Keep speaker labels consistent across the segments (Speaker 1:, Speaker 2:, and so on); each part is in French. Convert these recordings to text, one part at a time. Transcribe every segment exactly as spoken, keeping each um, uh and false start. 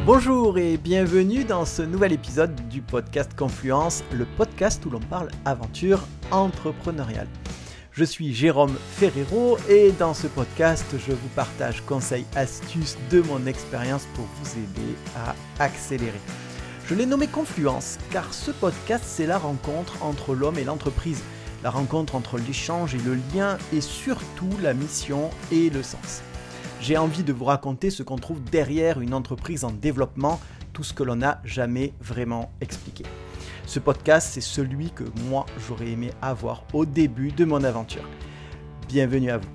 Speaker 1: Bonjour et bienvenue dans ce nouvel épisode du podcast Confluence, le podcast où l'on parle aventure entrepreneuriale. Je suis Jérôme Ferrero et dans ce podcast, je vous partage conseils, astuces de mon expérience pour vous aider à accélérer. Je l'ai nommé Confluence car ce podcast, c'est la rencontre entre l'homme et l'entreprise, la rencontre entre l'échange et le lien et surtout la mission et le sens. J'ai envie de vous raconter ce qu'on trouve derrière une entreprise en développement, tout ce que l'on n'a jamais vraiment expliqué. Ce podcast, c'est celui que moi, j'aurais aimé avoir au début de mon aventure. Bienvenue à vous.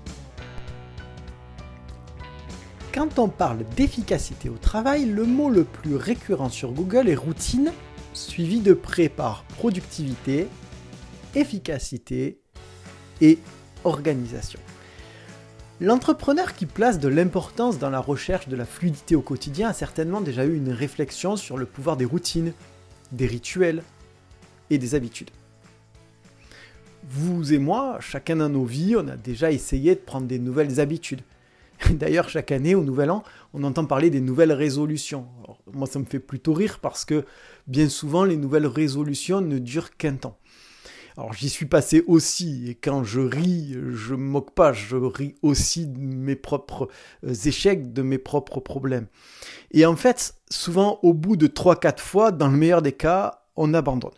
Speaker 1: Quand on parle d'efficacité au travail, le mot le plus récurrent sur Google est routine, suivi de près par productivité, efficacité et organisation. L'entrepreneur qui place de l'importance dans la recherche de la fluidité au quotidien a certainement déjà eu une réflexion sur le pouvoir des routines, des rituels et des habitudes. Vous et moi, chacun dans nos vies, on a déjà essayé de prendre des nouvelles habitudes. D'ailleurs, chaque année, au Nouvel An, on entend parler des nouvelles résolutions. Alors, moi, ça me fait plutôt rire parce que bien souvent, les nouvelles résolutions ne durent qu'un temps. Alors j'y suis passé aussi, et quand je ris, je me moque pas, je ris aussi de mes propres échecs, de mes propres problèmes. Et en fait, souvent au bout de trois quatre fois, dans le meilleur des cas, on abandonne.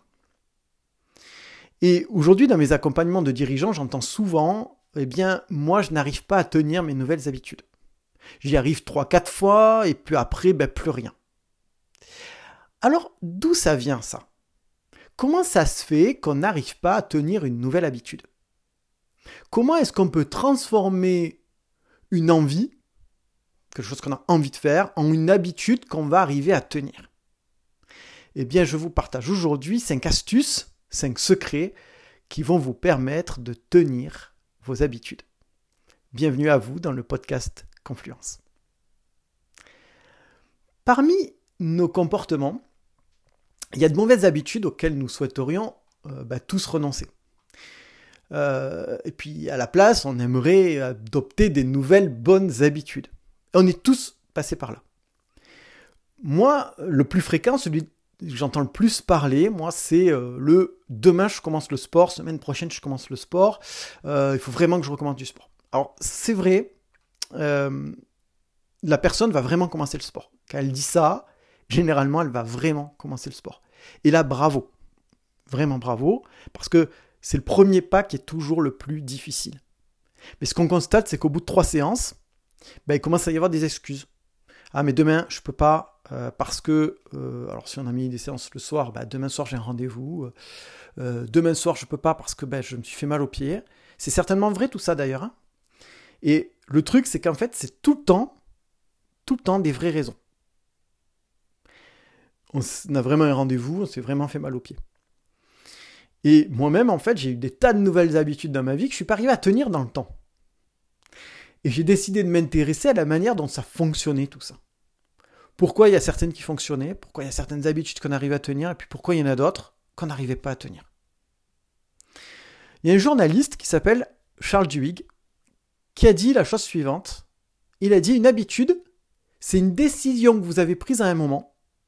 Speaker 1: Et aujourd'hui, dans mes accompagnements de dirigeants, j'entends souvent, eh bien, moi je n'arrive pas à tenir mes nouvelles habitudes. J'y arrive trois quatre fois, et puis après, ben plus rien. Alors, d'où ça vient ça ? Comment ça se fait qu'on n'arrive pas à tenir une nouvelle habitude ? Comment est-ce qu'on peut transformer une envie, quelque chose qu'on a envie de faire, en une habitude qu'on va arriver à tenir ? Eh bien, je vous partage aujourd'hui cinq astuces, cinq secrets qui vont vous permettre de tenir vos habitudes. Bienvenue à vous dans le podcast Confluence. Parmi nos comportements, il y a de mauvaises habitudes auxquelles nous souhaiterions euh, bah, tous renoncer. Euh, et puis à la place, on aimerait adopter des nouvelles bonnes habitudes. Et on est tous passés par là. Moi, le plus fréquent, celui que j'entends le plus parler, moi, c'est euh, le « demain je commence le sport, semaine prochaine je commence le sport, euh, il faut vraiment que je recommence du sport ». Alors c'est vrai, euh, la personne va vraiment commencer le sport. Quand elle dit ça, généralement, elle va vraiment commencer le sport. Et là, bravo. Vraiment bravo, parce que c'est le premier pas qui est toujours le plus difficile. Mais ce qu'on constate, c'est qu'au bout de trois séances, ben, il commence à y avoir des excuses. Ah, mais demain, je ne peux pas, euh, parce que... Euh, alors, si on a mis des séances le soir, ben, demain soir, j'ai un rendez-vous. Euh, demain soir, je ne peux pas parce que ben, je me suis fait mal au pied. C'est certainement vrai, tout ça, d'ailleurs. Hein. Et le truc, c'est qu'en fait, c'est tout le temps, tout le temps des vraies raisons. On a vraiment un rendez-vous, on s'est vraiment fait mal aux pieds. Et moi-même, en fait, j'ai eu des tas de nouvelles habitudes dans ma vie que je ne suis pas arrivé à tenir dans le temps. Et j'ai décidé de m'intéresser à la manière dont ça fonctionnait, tout ça. Pourquoi il y a certaines qui fonctionnaient, pourquoi il y a certaines habitudes qu'on arrivait à tenir, et puis pourquoi il y en a d'autres qu'on n'arrivait pas à tenir. Il y a un journaliste qui s'appelle Charles Duhigg qui a dit la chose suivante. Il a dit « Une habitude, c'est une décision que vous avez prise à un moment,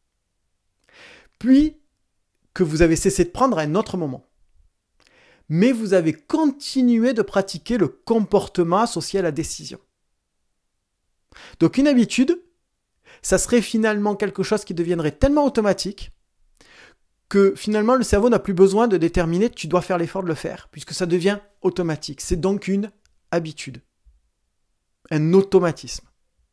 Speaker 1: puis que vous avez cessé de prendre à un autre moment. Mais vous avez continué de pratiquer le comportement associé à la décision. » Donc une habitude, ça serait finalement quelque chose qui deviendrait tellement automatique que finalement le cerveau n'a plus besoin de déterminer que tu dois faire l'effort de le faire, puisque ça devient automatique. C'est donc une habitude, un automatisme.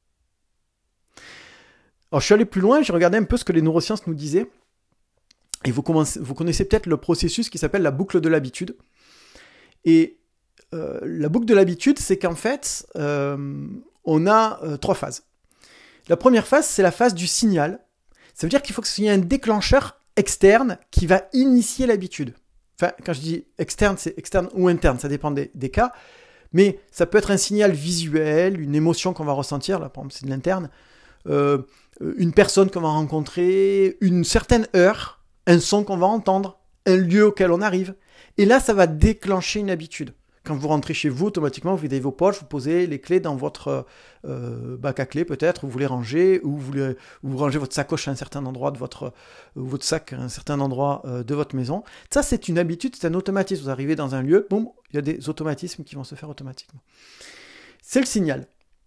Speaker 1: Alors je suis allé plus loin, j'ai regardé un peu ce que les neurosciences nous disaient. Et vous, commencez, vous connaissez peut-être le processus qui s'appelle la boucle de l'habitude. Et euh, la boucle de l'habitude, c'est qu'en fait, euh, on a euh, trois phases. La première phase, c'est la phase du signal. Ça veut dire qu'il faut qu'il y ait un déclencheur externe qui va initier l'habitude. Enfin, quand je dis externe, c'est externe ou interne, ça dépend des, des cas. Mais ça peut être un signal visuel, une émotion qu'on va ressentir, là par exemple c'est de l'interne, euh, une personne qu'on va rencontrer, une certaine heure, un son qu'on va entendre, un lieu auquel on arrive. Et là, ça va déclencher une habitude. Quand vous rentrez chez vous, automatiquement, vous videz vos poches, vous posez les clés dans votre euh, bac à clés peut-être, vous les rangez, ou vous, les, ou vous rangez votre sacoche à un certain endroit de votre, ou votre sac à un certain endroit euh, de votre maison. Ça, c'est une habitude, c'est un automatisme. Vous arrivez dans un lieu, boum, il y a des automatismes qui vont se faire automatiquement. C'est le signal.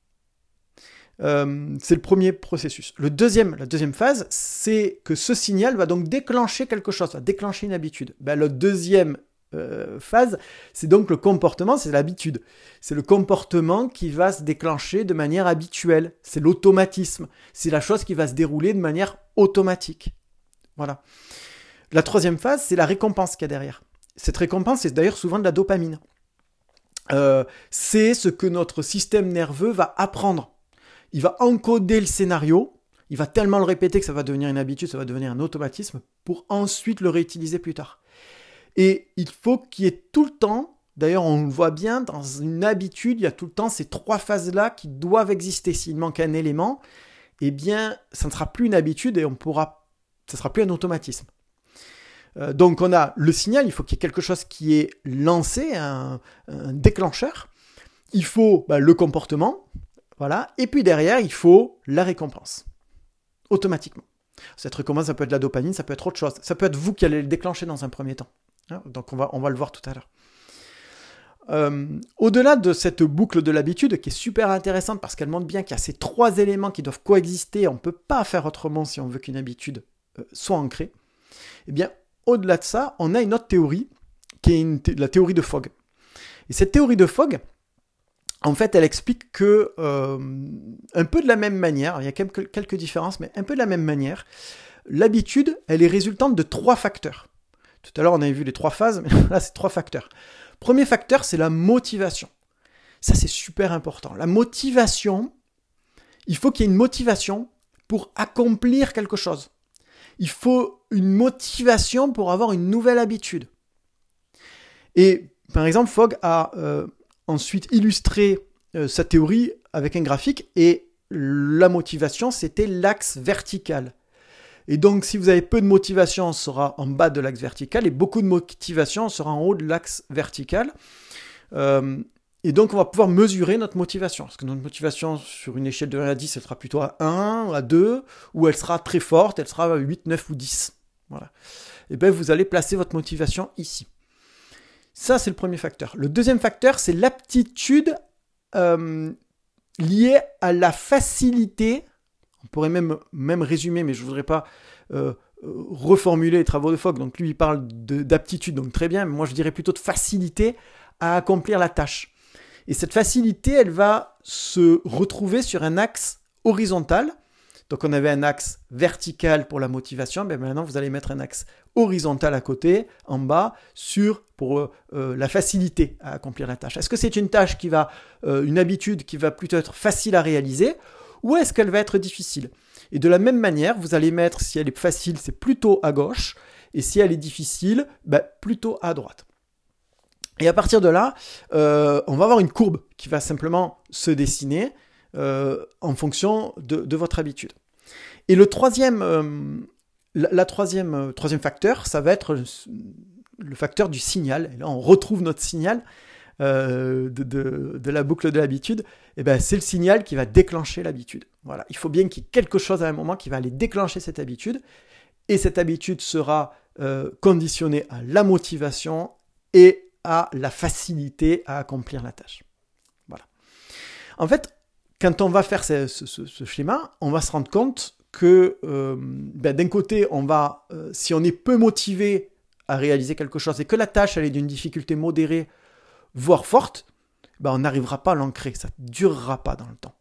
Speaker 1: Euh, c'est le premier processus. Le deuxième, la deuxième phase, c'est que ce signal va donc déclencher quelque chose, va déclencher une habitude. Ben, le deuxième Euh, phase, c'est donc le comportement, c'est l'habitude. C'est le comportement qui va se déclencher de manière habituelle. C'est l'automatisme. C'est la chose qui va se dérouler de manière automatique. Voilà. La troisième phase, c'est la récompense qu'il y a derrière. Cette récompense, c'est d'ailleurs souvent de la dopamine. Euh, c'est ce que notre système nerveux va apprendre. Il va encoder le scénario, il va tellement le répéter que ça va devenir une habitude, ça va devenir un automatisme, pour ensuite le réutiliser plus tard. Et il faut qu'il y ait tout le temps, d'ailleurs on le voit bien, dans une habitude, il y a tout le temps ces trois phases-là qui doivent exister. S'il manque un élément, eh bien, ça ne sera plus une habitude et on pourra, ça ne sera plus un automatisme. Euh, donc on a le signal, il faut qu'il y ait quelque chose qui est lancé, un, un déclencheur. Il faut bah, le comportement, voilà. Et puis derrière, il faut la récompense, automatiquement. Cette récompense, ça peut être de la dopamine, ça peut être autre chose. Ça peut être vous qui allez le déclencher dans un premier temps. Donc on va, on va le voir tout à l'heure. Euh, au-delà de cette boucle de l'habitude, qui est super intéressante parce qu'elle montre bien qu'il y a ces trois éléments qui doivent coexister, on ne peut pas faire autrement si on veut qu'une habitude euh, soit ancrée, eh bien, au-delà de ça, on a une autre théorie, qui est une thé- la théorie de Fogg. Et cette théorie de Fogg, en fait, elle explique que, euh, un peu de la même manière, il y a quelques, quelques différences, mais un peu de la même manière, l'habitude, elle est résultante de trois facteurs. Tout à l'heure, on avait vu les trois phases, mais là, c'est trois facteurs. Premier facteur, c'est la motivation. Ça, c'est super important. La motivation, il faut qu'il y ait une motivation pour accomplir quelque chose. Il faut une motivation pour avoir une nouvelle habitude. Et, par exemple, Fogg a euh, ensuite illustré euh, sa théorie avec un graphique, et la motivation, c'était l'axe vertical. Et donc, si vous avez peu de motivation, on sera en bas de l'axe vertical, et beaucoup de motivation, on sera en haut de l'axe vertical. Euh, et donc, on va pouvoir mesurer notre motivation. Parce que notre motivation, sur une échelle de un à dix, elle sera plutôt à un, à deux, ou elle sera très forte, elle sera à huit, neuf ou dix. Voilà. Et bien, vous allez placer votre motivation ici. Ça, c'est le premier facteur. Le deuxième facteur, c'est l'aptitude euh, liée à la facilité. On pourrait même, même résumer, mais je ne voudrais pas euh, reformuler les travaux de Fogg. Donc lui, il parle de, d'aptitude, donc très bien. Mais moi, je dirais plutôt de facilité à accomplir la tâche. Et cette facilité, elle va se retrouver sur un axe horizontal. Donc on avait un axe vertical pour la motivation. Mais maintenant, vous allez mettre un axe horizontal à côté, en bas, sur pour euh, la facilité à accomplir la tâche. Est-ce que c'est une tâche qui va, euh, une habitude qui va plutôt être facile à réaliser, ou est-ce qu'elle va être difficile? Et de la même manière, vous allez mettre, si elle est facile, c'est plutôt à gauche, et si elle est difficile, ben, plutôt à droite. Et à partir de là, euh, on va avoir une courbe qui va simplement se dessiner euh, en fonction de, de votre habitude. Et le troisième, euh, la, la troisième, euh, troisième facteur, ça va être le facteur du signal. Et là, on retrouve notre signal. Euh, de, de, de la boucle de l'habitude, et ben c'est le signal qui va déclencher l'habitude. Voilà. Il faut bien qu'il y ait quelque chose à un moment qui va aller déclencher cette habitude, et cette habitude sera euh, conditionnée à la motivation et à la facilité à accomplir la tâche. Voilà. En fait, quand on va faire ce, ce, ce, ce schéma, on va se rendre compte que euh, ben, d'un côté, on va, euh, si on est peu motivé à réaliser quelque chose et que la tâche elle est d'une difficulté modérée, voire forte, ben on n'arrivera pas à l'ancrer, ça ne durera pas dans le temps.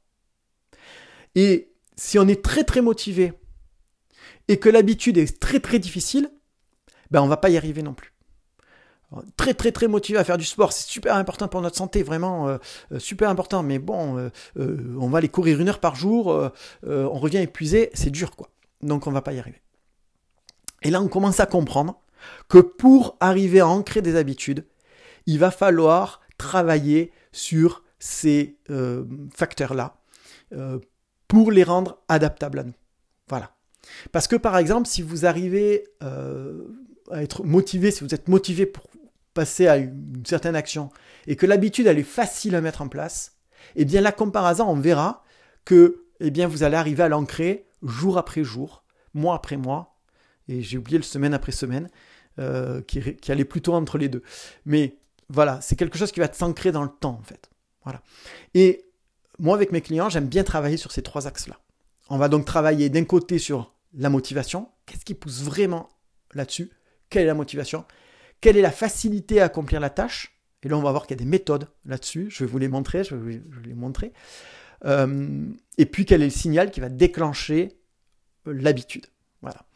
Speaker 1: Et si on est très très motivé et que l'habitude est très très difficile, ben on ne va pas y arriver non plus. Alors, très très très motivé à faire du sport, c'est super important pour notre santé, vraiment euh, super important, mais bon, euh, euh, on va aller courir une heure par jour, euh, euh, on revient épuisé, c'est dur quoi, donc on ne va pas y arriver. Et là on commence à comprendre que pour arriver à ancrer des habitudes, il va falloir travailler sur ces euh, facteurs-là euh, pour les rendre adaptables à nous. Voilà. Parce que par exemple, si vous arrivez euh, à être motivé, si vous êtes motivé pour passer à une certaine action et que l'habitude elle est facile à mettre en place, eh bien là comme par hasard on verra que eh bien, vous allez arriver à l'ancrer jour après jour, mois après mois, et j'ai oublié le semaine après semaine, euh, qui, qui allait plutôt entre les deux. Mais voilà, c'est quelque chose qui va s'ancrer dans le temps en fait. Voilà. Et moi avec mes clients, j'aime bien travailler sur ces trois axes-là. On va donc travailler d'un côté sur la motivation, qu'est-ce qui pousse vraiment là-dessus, quelle est la motivation, quelle est la facilité à accomplir la tâche, et là on va voir qu'il y a des méthodes là-dessus, je vais vous les montrer, je vais vous les montrer, euh, et puis quel est le signal qui va déclencher l'habitude. Voilà.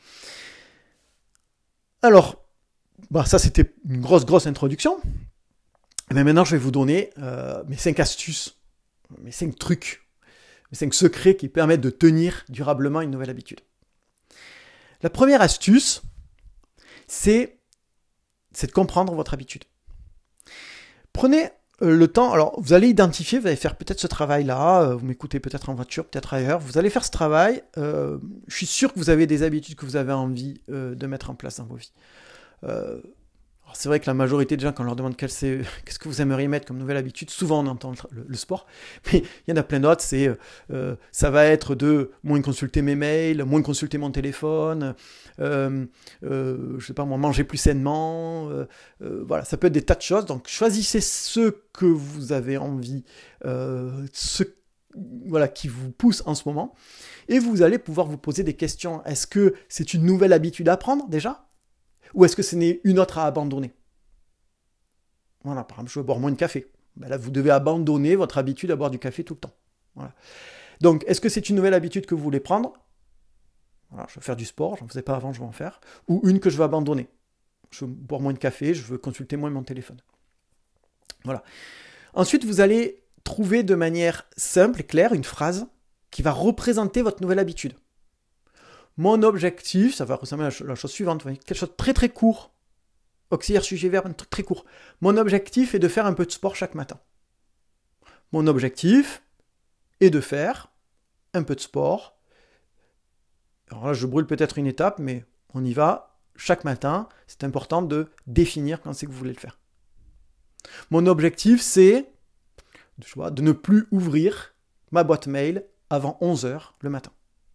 Speaker 1: Alors, bah ça c'était une grosse grosse introduction, mais maintenant je vais vous donner euh, mes cinq astuces, mes cinq trucs, mes cinq secrets qui permettent de tenir durablement une nouvelle habitude. La première astuce, c'est, c'est de comprendre votre habitude. Prenez euh, le temps, alors vous allez identifier, vous allez faire peut-être ce travail-là, euh, vous m'écoutez peut-être en voiture, peut-être ailleurs, vous allez faire ce travail, euh, je suis sûr que vous avez des habitudes que vous avez envie euh, de mettre en place dans vos vies. Euh, Alors c'est vrai que la majorité des gens, quand on leur demande quel c'est, qu'est-ce que vous aimeriez mettre comme nouvelle habitude, souvent on entend le, le sport, mais il y en a plein d'autres, c'est, euh, ça va être de moins consulter mes mails, moins consulter mon téléphone, euh, euh, je sais pas moi, manger plus sainement, euh, euh, voilà, ça peut être des tas de choses, donc choisissez ce que vous avez envie, euh, ce voilà, qui vous pousse en ce moment, et vous allez pouvoir vous poser des questions. Est-ce que c'est une nouvelle habitude à prendre déjà ? Ou est-ce que ce n'est une autre à abandonner ? Voilà, par exemple, je veux boire moins de café. Ben là, vous devez abandonner votre habitude à boire du café tout le temps. Voilà. Donc, est-ce que c'est une nouvelle habitude que vous voulez prendre ? Voilà, je veux faire du sport, je n'en faisais pas avant, je vais en faire. Ou une que je veux abandonner. Je veux boire moins de café, je veux consulter moins mon téléphone. Voilà. Ensuite, vous allez trouver de manière simple et claire une phrase qui va représenter votre nouvelle habitude. Mon objectif, ça va ressembler à la chose suivante, quelque chose de très très court. Auxiliaire sujet verbe, un truc très court. Mon objectif est de faire un peu de sport chaque matin. Mon objectif est de faire un peu de sport. Alors là, je brûle peut-être une étape, mais on y va. Chaque matin, c'est important de définir quand c'est que vous voulez le faire. Mon objectif, c'est je vois, de ne plus ouvrir ma boîte mail avant onze heures le matin.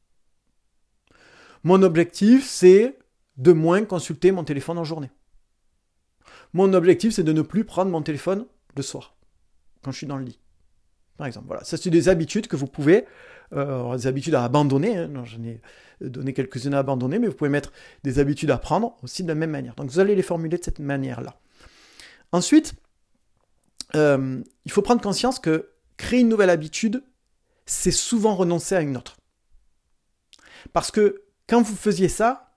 Speaker 1: Mon objectif, c'est de moins consulter mon téléphone en journée. Mon objectif, c'est de ne plus prendre mon téléphone le soir, quand je suis dans le lit. Par exemple, voilà. Ça, c'est des habitudes que vous pouvez, euh, des habitudes à abandonner. Hein. J'en ai donné quelques-unes à abandonner, mais vous pouvez mettre des habitudes à prendre aussi de la même manière. Donc, vous allez les formuler de cette manière-là. Ensuite, euh, il faut prendre conscience que créer une nouvelle habitude, c'est souvent renoncer à une autre. Parce que quand vous faisiez ça,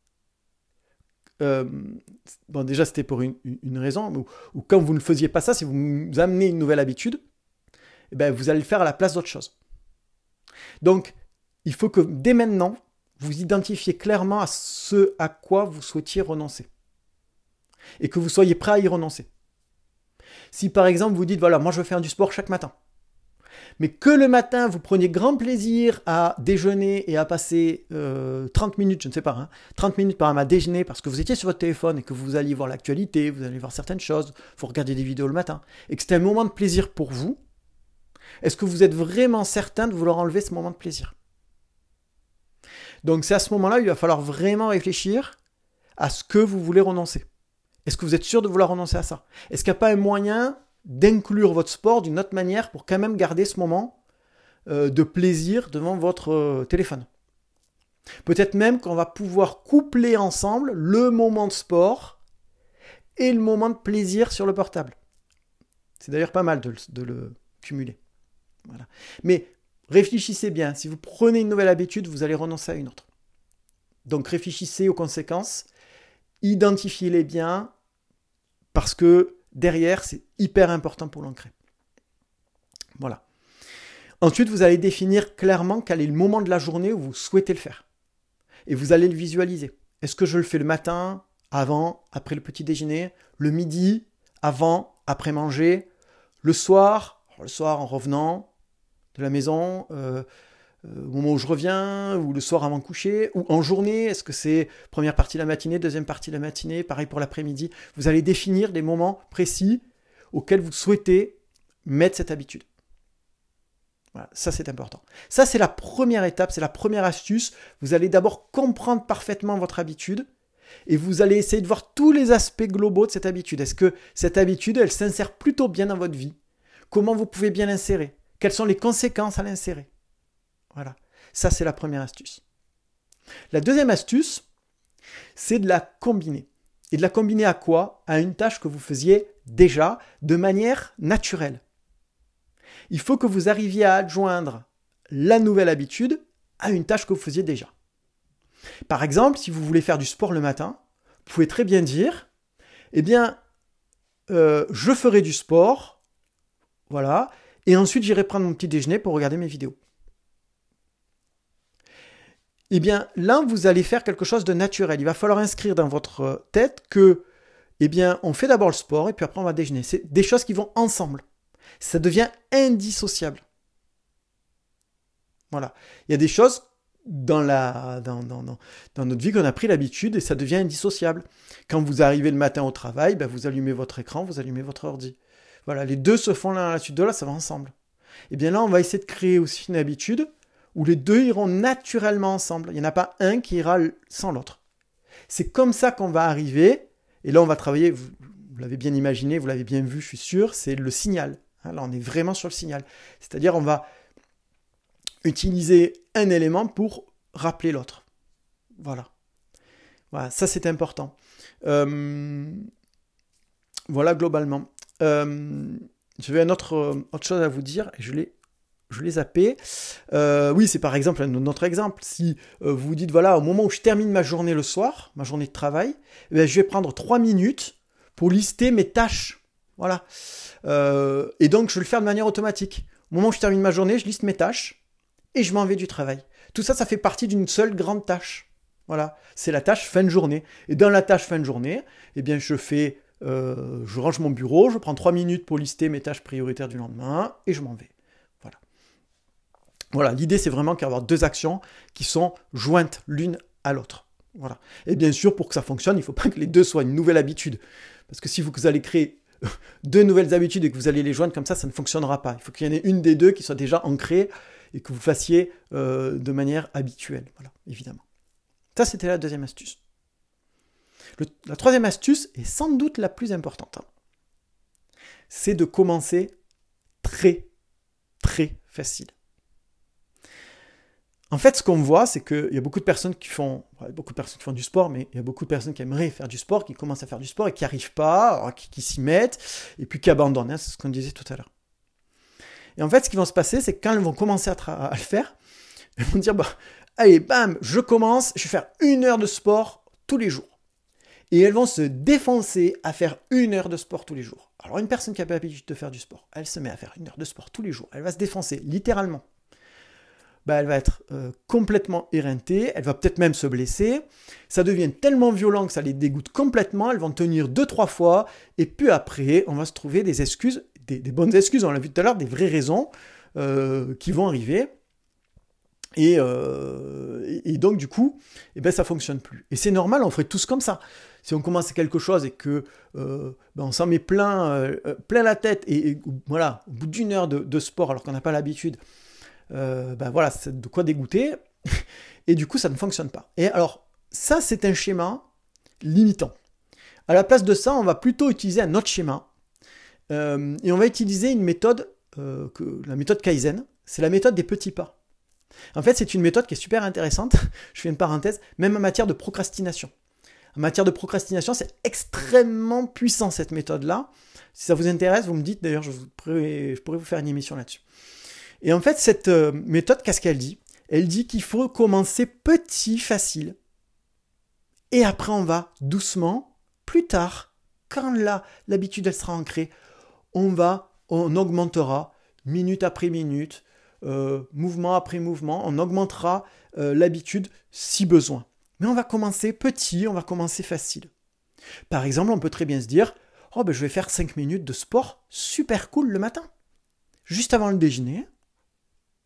Speaker 1: euh, bon déjà c'était pour une, une raison, ou, ou quand vous ne faisiez pas ça, si vous amenez une nouvelle habitude, eh ben, vous allez le faire à la place d'autre chose. Donc, il faut que dès maintenant, vous identifiez clairement à ce à quoi vous souhaitiez renoncer. Et que vous soyez prêt à y renoncer. Si par exemple vous dites, voilà, moi je veux faire du sport chaque matin, mais que le matin, vous preniez grand plaisir à déjeuner et à passer euh, trente minutes, je ne sais pas, hein, trente minutes par à déjeuner parce que vous étiez sur votre téléphone et que vous alliez voir l'actualité, vous allez voir certaines choses, vous regardez des vidéos le matin, et que c'était un moment de plaisir pour vous, est-ce que vous êtes vraiment certain de vouloir enlever ce moment de plaisir ? Donc c'est à ce moment-là, il va falloir vraiment réfléchir à ce que vous voulez renoncer. Est-ce que vous êtes sûr de vouloir renoncer à ça ? Est-ce qu'il n'y a pas un moyen d'inclure votre sport d'une autre manière pour quand même garder ce moment euh, de plaisir devant votre euh, téléphone. Peut-être même qu'on va pouvoir coupler ensemble le moment de sport et le moment de plaisir sur le portable. C'est d'ailleurs pas mal de, de le cumuler. Voilà. Mais réfléchissez bien, si vous prenez une nouvelle habitude, vous allez renoncer à une autre. Donc réfléchissez aux conséquences, identifiez-les bien, parce que derrière, c'est hyper important pour l'ancrer. Voilà. Ensuite, vous allez définir clairement quel est le moment de la journée où vous souhaitez le faire. Et vous allez le visualiser. Est-ce que je le fais le matin, avant, après le petit déjeuner, le midi, avant, après manger, le soir, le soir en revenant de la maison, euh, euh, au moment où je reviens, ou le soir avant de coucher, ou en journée, est-ce que c'est première partie de la matinée, deuxième partie de la matinée, pareil pour l'après-midi. Vous allez définir des moments précis auxquels vous souhaitez mettre cette habitude. Voilà, ça c'est important. Ça c'est la première étape, c'est la première astuce. Vous allez d'abord comprendre parfaitement votre habitude et vous allez essayer de voir tous les aspects globaux de cette habitude. Est-ce que cette habitude, elle s'insère plutôt bien dans votre vie? Comment vous pouvez bien l'insérer? Quelles sont les conséquences à l'insérer? Voilà, ça c'est la première astuce. La deuxième astuce, c'est de la combiner. Et de la combiner à quoi? À une tâche que vous faisiez déjà de manière naturelle. Il faut que vous arriviez à adjoindre la nouvelle habitude à une tâche que vous faisiez déjà. Par exemple, si vous voulez faire du sport le matin, vous pouvez très bien dire, eh bien, euh, je ferai du sport, voilà, et ensuite j'irai prendre mon petit déjeuner pour regarder mes vidéos. Eh bien, là, vous allez faire quelque chose de naturel. Il va falloir inscrire dans votre tête que, eh bien, on fait d'abord le sport et puis après on va déjeuner. C'est des choses qui vont ensemble. Ça devient indissociable. Voilà. Il y a des choses dans, la, dans, dans, dans, dans notre vie qu'on a pris l'habitude et ça devient indissociable. Quand vous arrivez le matin au travail, ben vous allumez votre écran, vous allumez votre ordi. Voilà, les deux se font l'un à la suite de l'autre, ça va ensemble. Et bien là, on va essayer de créer aussi une habitude où les deux iront naturellement ensemble. Il n'y en a pas un qui ira sans l'autre. C'est comme ça qu'on va arriver, et là on va travailler, vous, vous l'avez bien imaginé, vous l'avez bien vu, je suis sûr, c'est le signal. Là, on est vraiment sur le signal. C'est-à-dire, on va utiliser un élément pour rappeler l'autre. Voilà. Voilà, ça, c'est important. Euh, voilà, globalement. Euh, J'avais une autre, autre chose à vous dire, et je l'ai, je l'ai zappé. Euh, oui, c'est par exemple un autre exemple. Si euh, vous vous dites, voilà, au moment où je termine ma journée le soir, ma journée de travail, eh bien, je vais prendre trois minutes pour lister mes tâches. Voilà. Euh, et donc, je vais le faire de manière automatique. Au moment où je termine ma journée, je liste mes tâches et je m'en vais du travail. Tout ça, ça fait partie d'une seule grande tâche. Voilà. C'est la tâche fin de journée. Et dans la tâche fin de journée, eh bien, je fais, euh, je range mon bureau, je prends trois minutes pour lister mes tâches prioritaires du lendemain et je m'en vais. Voilà. Voilà. L'idée, c'est vraiment qu'il y a avoir deux actions qui sont jointes l'une à l'autre. Voilà. Et bien sûr, pour que ça fonctionne, il ne faut pas que les deux soient une nouvelle habitude. Parce que si vous, vous allez créer deux nouvelles habitudes et que vous allez les joindre comme ça, ça ne fonctionnera pas. Il faut qu'il y en ait une des deux qui soit déjà ancrée et que vous fassiez euh, de manière habituelle. Voilà, évidemment. Ça, c'était la deuxième astuce. Le, la troisième astuce est sans doute la plus importante. Hein. C'est de commencer très, très facile. En fait, ce qu'on voit, c'est qu'il y a beaucoup de personnes qui font, beaucoup de personnes qui font du sport, mais il y a beaucoup de personnes qui aimeraient faire du sport, qui commencent à faire du sport et qui n'y arrivent pas, qui, qui s'y mettent, et puis qui abandonnent. Hein, c'est ce qu'on disait tout à l'heure. Et en fait, ce qui va se passer, c'est que quand elles vont commencer à, tra- à le faire, elles vont dire, bah, allez, bam, je commence, je vais faire une heure de sport tous les jours. Et elles vont se défoncer à faire une heure de sport tous les jours. Alors, une personne qui n'a pas l'habitude de faire du sport, elle se met à faire une heure de sport tous les jours. Elle va se défoncer, littéralement. Bah, elle va être euh, complètement éreintée, elle va peut-être même se blesser, ça devient tellement violent que ça les dégoûte complètement, elles vont tenir deux, trois fois, et puis après, on va se trouver des excuses, des, des bonnes excuses, on l'a vu tout à l'heure, des vraies raisons euh, qui vont arriver, et, euh, et, et donc du coup, eh ben, ça ne fonctionne plus. Et c'est normal, on ferait tous comme ça. Si on commence quelque chose et que euh, ben on s'en met plein, euh, plein la tête, et, et voilà, au bout d'une heure de, de sport, alors qu'on n'a pas l'habitude, Euh, ben voilà, c'est de quoi dégoûter, et du coup ça ne fonctionne pas. Et alors, ça c'est un schéma limitant. À la place de ça, on va plutôt utiliser un autre schéma, euh, et on va utiliser une méthode, euh, que, la méthode Kaizen, c'est la méthode des petits pas. En fait, c'est une méthode qui est super intéressante, je fais une parenthèse, même en matière de procrastination. En matière de procrastination, c'est extrêmement puissant cette méthode-là. Si ça vous intéresse, vous me dites, d'ailleurs, je, vous pourrais, je pourrais vous faire une émission là-dessus. Et en fait, cette euh, méthode, qu'est-ce qu'elle dit? Elle dit qu'il faut commencer petit, facile. Et après, on va doucement, plus tard, quand là, l'habitude, elle sera ancrée, on va, on augmentera, minute après minute, euh, mouvement après mouvement, on augmentera euh, l'habitude si besoin. Mais on va commencer petit, on va commencer facile. Par exemple, on peut très bien se dire, oh ben je vais faire cinq minutes de sport super cool le matin. Juste avant le déjeuner.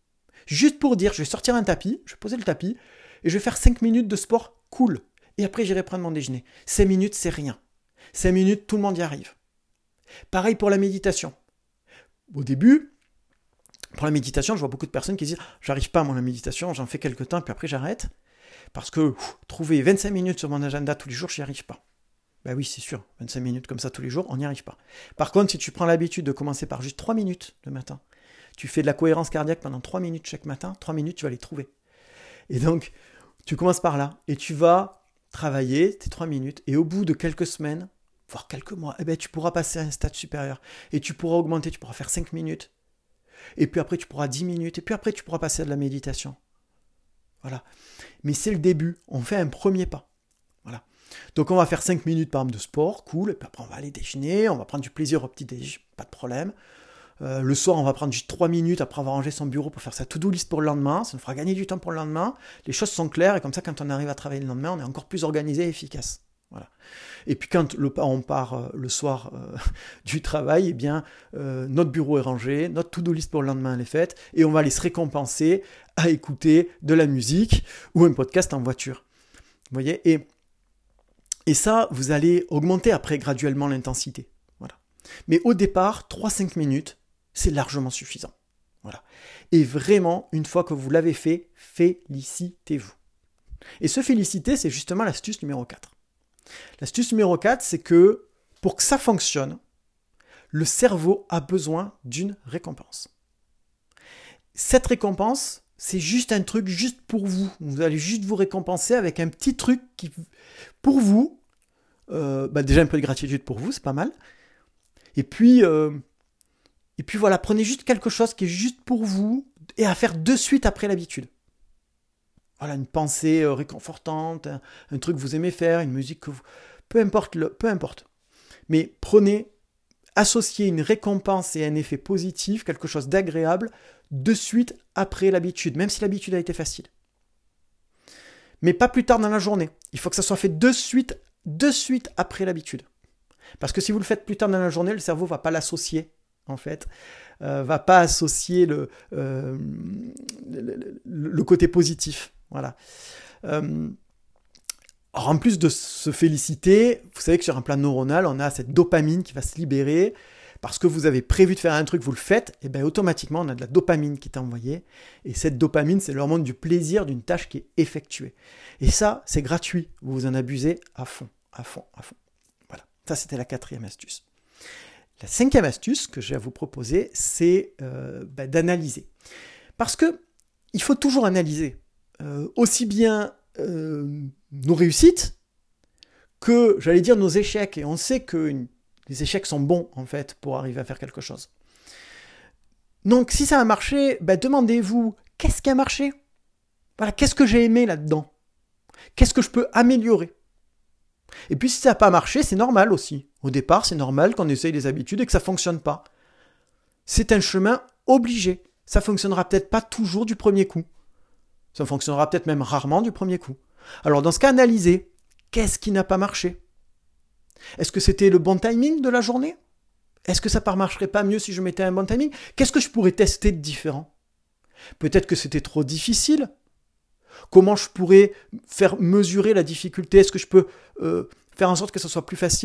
Speaker 1: Juste pour dire, je vais sortir un tapis, je vais poser le tapis, et je vais faire cinq minutes de sport cool. Et après, j'irai prendre mon déjeuner. cinq minutes, c'est rien. cinq minutes, tout le monde y arrive. Pareil pour la méditation. Au début, pour la méditation, je vois beaucoup de personnes qui disent « J'arrive pas à la méditation, j'en fais quelques temps, puis après j'arrête. » Parce que ouf, trouver vingt-cinq minutes sur mon agenda tous les jours, je n'y arrive pas. Ben oui, c'est sûr, vingt-cinq minutes comme ça tous les jours, on n'y arrive pas. Par contre, si tu prends l'habitude de commencer par juste trois minutes le matin, tu fais de la cohérence cardiaque pendant trois minutes chaque matin, trois minutes, tu vas les trouver. Et donc, tu commences par là, et tu vas travailler tes trois minutes, et au bout de quelques semaines, voire quelques mois, eh ben, tu pourras passer à un stade supérieur, et tu pourras augmenter, tu pourras faire cinq minutes, et puis après tu pourras dix minutes, et puis après tu pourras passer à de la méditation. Voilà. Mais c'est le début, on fait un premier pas. Voilà. Donc on va faire cinq minutes par exemple de sport, cool, et puis après on va aller déjeuner, on va prendre du plaisir au petit déj, pas de problème. Euh, le soir, on va prendre juste trois minutes après avoir rangé son bureau pour faire sa to-do list pour le lendemain, ça nous fera gagner du temps pour le lendemain, les choses sont claires, et comme ça quand on arrive à travailler le lendemain, on est encore plus organisé et efficace. Voilà. Et puis quand le, on part euh, le soir euh, du travail, eh bien, euh, notre bureau est rangé, notre to-do list pour le lendemain elle est faite, et on va aller se récompenser à écouter de la musique ou un podcast en voiture. Vous voyez, et, et ça, vous allez augmenter après graduellement l'intensité. Voilà. Mais au départ, trois à cinq minutes, c'est largement suffisant. Voilà. Et vraiment, une fois que vous l'avez fait, félicitez-vous. Et se féliciter, c'est justement l'astuce numéro quatre. L'astuce numéro quatre, c'est que pour que ça fonctionne, le cerveau a besoin d'une récompense. Cette récompense, c'est juste un truc juste pour vous. Vous allez juste vous récompenser avec un petit truc qui, pour vous, euh, bah déjà un peu de gratitude pour vous, c'est pas mal. Et puis, euh, et puis voilà, prenez juste quelque chose qui est juste pour vous et à faire de suite après l'habitude. Voilà, une pensée euh, réconfortante, un, un truc que vous aimez faire, une musique que vous... Peu importe, le, peu importe. Mais prenez, associez une récompense et un effet positif, quelque chose d'agréable, de suite après l'habitude, même si l'habitude a été facile. Mais pas plus tard dans la journée. Il faut que ça soit fait de suite, de suite après l'habitude. Parce que si vous le faites plus tard dans la journée, le cerveau ne va pas l'associer, en fait. Euh, va pas associer le, euh, le, le, le côté positif. Voilà. Euh, alors en plus de se féliciter, vous savez que sur un plan neuronal, on a cette dopamine qui va se libérer parce que vous avez prévu de faire un truc, vous le faites, et bien automatiquement on a de la dopamine qui est envoyée. Et cette dopamine, c'est l'hormone du plaisir d'une tâche qui est effectuée. Et ça, c'est gratuit. Vous vous en abusez à fond, à fond, à fond. Voilà. Ça, c'était la quatrième astuce. La cinquième astuce que j'ai à vous proposer, c'est euh, ben, d'analyser. Parce que il faut toujours analyser. Euh, aussi bien euh, nos réussites que, j'allais dire, nos échecs. Et on sait que une, les échecs sont bons, en fait, pour arriver à faire quelque chose. Donc, si ça a marché, ben, demandez-vous, qu'est-ce qui a marché ? Voilà, qu'est-ce que j'ai aimé là-dedans ? Qu'est-ce que je peux améliorer ? Et puis, si ça n'a pas marché, c'est normal aussi. Au départ, c'est normal qu'on essaye des habitudes et que ça ne fonctionne pas. C'est un chemin obligé. Ça ne fonctionnera peut-être pas toujours du premier coup. Ça fonctionnera peut-être même rarement du premier coup. Alors dans ce cas, analysez. Qu'est-ce qui n'a pas marché ? Est-ce que c'était le bon timing de la journée ? Est-ce que ça ne marcherait pas mieux si je mettais un bon timing ? Qu'est-ce que je pourrais tester de différent ? Peut-être que c'était trop difficile. Comment je pourrais faire mesurer la difficulté ? Est-ce que je peux euh, faire en sorte que ça soit plus facile ?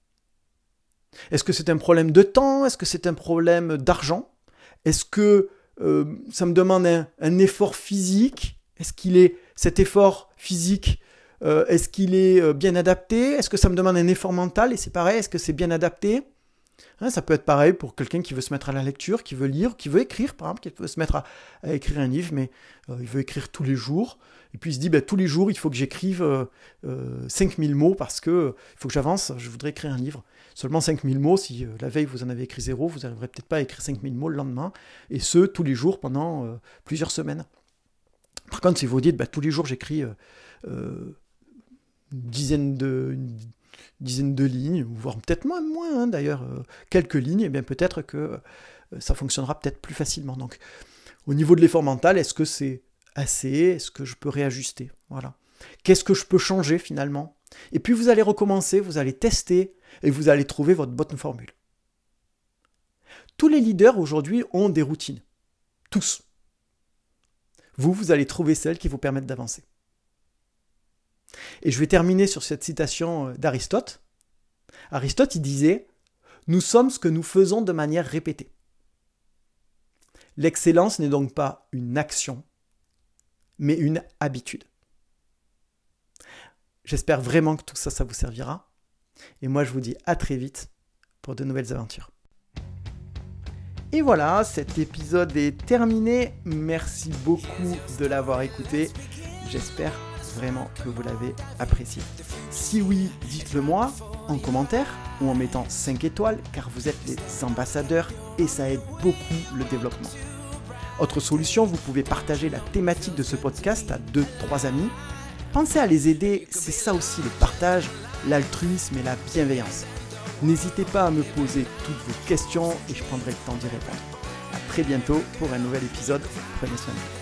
Speaker 1: Est-ce que c'est un problème de temps ? Est-ce que c'est un problème d'argent ? Est-ce que Euh, ça me demande un, un effort physique. Est-ce qu'il est, cet effort physique, euh, est-ce qu'il est euh, bien adapté ? Est-ce que ça me demande un effort mental ? Et c'est pareil, est-ce que c'est bien adapté ? Hein, ça peut être pareil pour quelqu'un qui veut se mettre à la lecture, qui veut lire, qui veut écrire, par exemple, qui veut se mettre à, à écrire un livre, mais euh, il veut écrire tous les jours. Et puis il se dit, ben, tous les jours, il faut que j'écrive euh, euh, cinq mille mots parce que euh, il faut que j'avance, je voudrais écrire un livre. Seulement cinq mille mots, si euh, la veille vous en avez écrit zéro, vous n'arriverez peut-être pas à écrire cinq mille mots le lendemain, et ce, tous les jours pendant euh, plusieurs semaines. Par contre, si vous dites, ben, tous les jours j'écris euh, euh, une, dizaine de, une dizaine de lignes, voire peut-être moins, moins hein, d'ailleurs, euh, quelques lignes, et bien peut-être que euh, ça fonctionnera peut-être plus facilement. Donc, au niveau de l'effort mental, est-ce que c'est assez ? Est-ce que je peux réajuster ? Voilà. Qu'est-ce que je peux changer finalement ? Et puis vous allez recommencer, vous allez tester et vous allez trouver votre bonne formule. Tous les leaders aujourd'hui ont des routines. Tous. vous, vous allez trouver celles qui vous permettent d'avancer. Et je vais terminer sur cette citation d'Aristote. Aristote, il disait « Nous sommes ce que nous faisons de manière répétée ». L'excellence n'est donc pas une action, mais une habitude. J'espère vraiment que tout ça, ça vous servira. Et moi, je vous dis à très vite pour de nouvelles aventures. Et voilà, cet épisode est terminé. Merci beaucoup de l'avoir écouté. J'espère vraiment que vous l'avez apprécié. Si oui, dites-le moi en commentaire ou en mettant cinq étoiles, car vous êtes les ambassadeurs et ça aide beaucoup le développement. Autre solution, vous pouvez partager la thématique de ce podcast à deux trois amis. Pensez à les aider, c'est ça aussi le partage, l'altruisme et la bienveillance. N'hésitez pas à me poser toutes vos questions et je prendrai le temps d'y répondre. À très bientôt pour un nouvel épisode. Prenez soin de vous.